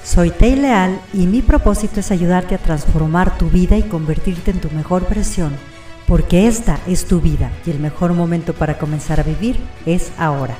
Soy Tei Leal y mi propósito es ayudarte a transformar tu vida y convertirte en tu mejor versión, porque esta es tu vida y el mejor momento para comenzar a vivir es ahora.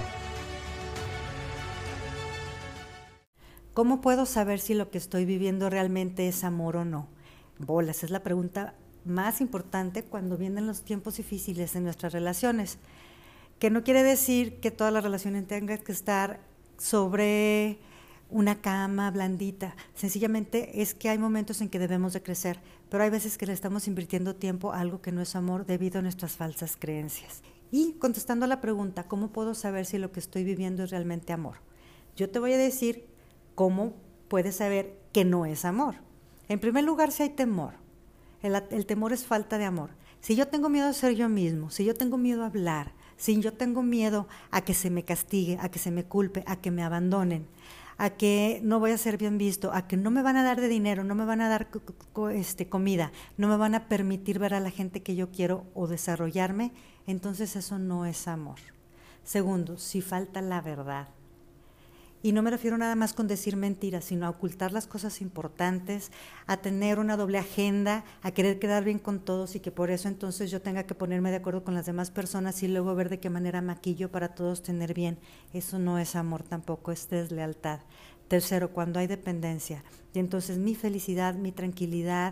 ¿Cómo puedo saber si lo que estoy viviendo realmente es amor o no? Bolas, es la pregunta más importante cuando vienen los tiempos difíciles en nuestras relaciones, que no quiere decir que todas las relaciones tengan que estar sobre una cama blandita. Sencillamente es que hay momentos en que debemos de crecer, pero hay veces que le estamos invirtiendo tiempo a algo que no es amor debido a nuestras falsas creencias. Y contestando a la pregunta, ¿cómo puedo saber si lo que estoy viviendo es realmente amor? Yo te voy a decir cómo puedes saber que no es amor. En primer lugar, si hay temor. El temor es falta de amor. Si yo tengo miedo a ser yo mismo, si yo tengo miedo a hablar, si yo tengo miedo a que se me castigue, a que se me culpe, a que me abandonen, a que no voy a ser bien visto, a que no me van a dar de dinero, no me van a dar comida, no me van a permitir ver a la gente que yo quiero o desarrollarme, entonces eso no es amor. Segundo, si falta la verdad. Y no me refiero nada más con decir mentiras, sino a ocultar las cosas importantes, a tener una doble agenda, a querer quedar bien con todos y que por eso entonces yo tenga que ponerme de acuerdo con las demás personas y luego ver de qué manera maquillo para todos tener bien. Eso no es amor tampoco, es deslealtad. Tercero, cuando hay dependencia. Y entonces mi felicidad, mi tranquilidad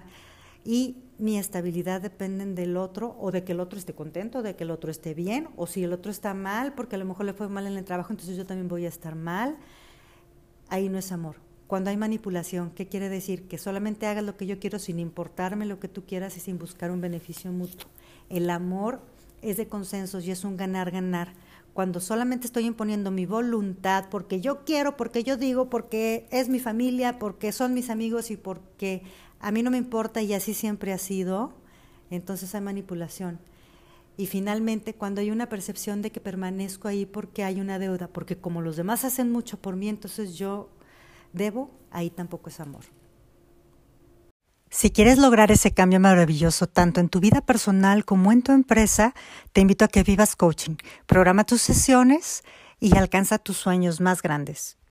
y mi estabilidad dependen del otro, o de que el otro esté contento, de que el otro esté bien, o si el otro está mal, porque a lo mejor le fue mal en el trabajo, entonces yo también voy a estar mal. Ahí no es amor. Cuando hay manipulación, ¿qué quiere decir? Que solamente hagas lo que yo quiero sin importarme lo que tú quieras y sin buscar un beneficio mutuo. El amor es de consensos y es un ganar-ganar. Cuando solamente estoy imponiendo mi voluntad porque yo quiero, porque yo digo, porque es mi familia, porque son mis amigos y porque a mí no me importa y así siempre ha sido, entonces hay manipulación. Y finalmente, cuando hay una percepción de que permanezco ahí porque hay una deuda, porque como los demás hacen mucho por mí, entonces yo debo, ahí tampoco es amor. Si quieres lograr ese cambio maravilloso tanto en tu vida personal como en tu empresa, te invito a que vivas coaching. Programa tus sesiones y alcanza tus sueños más grandes.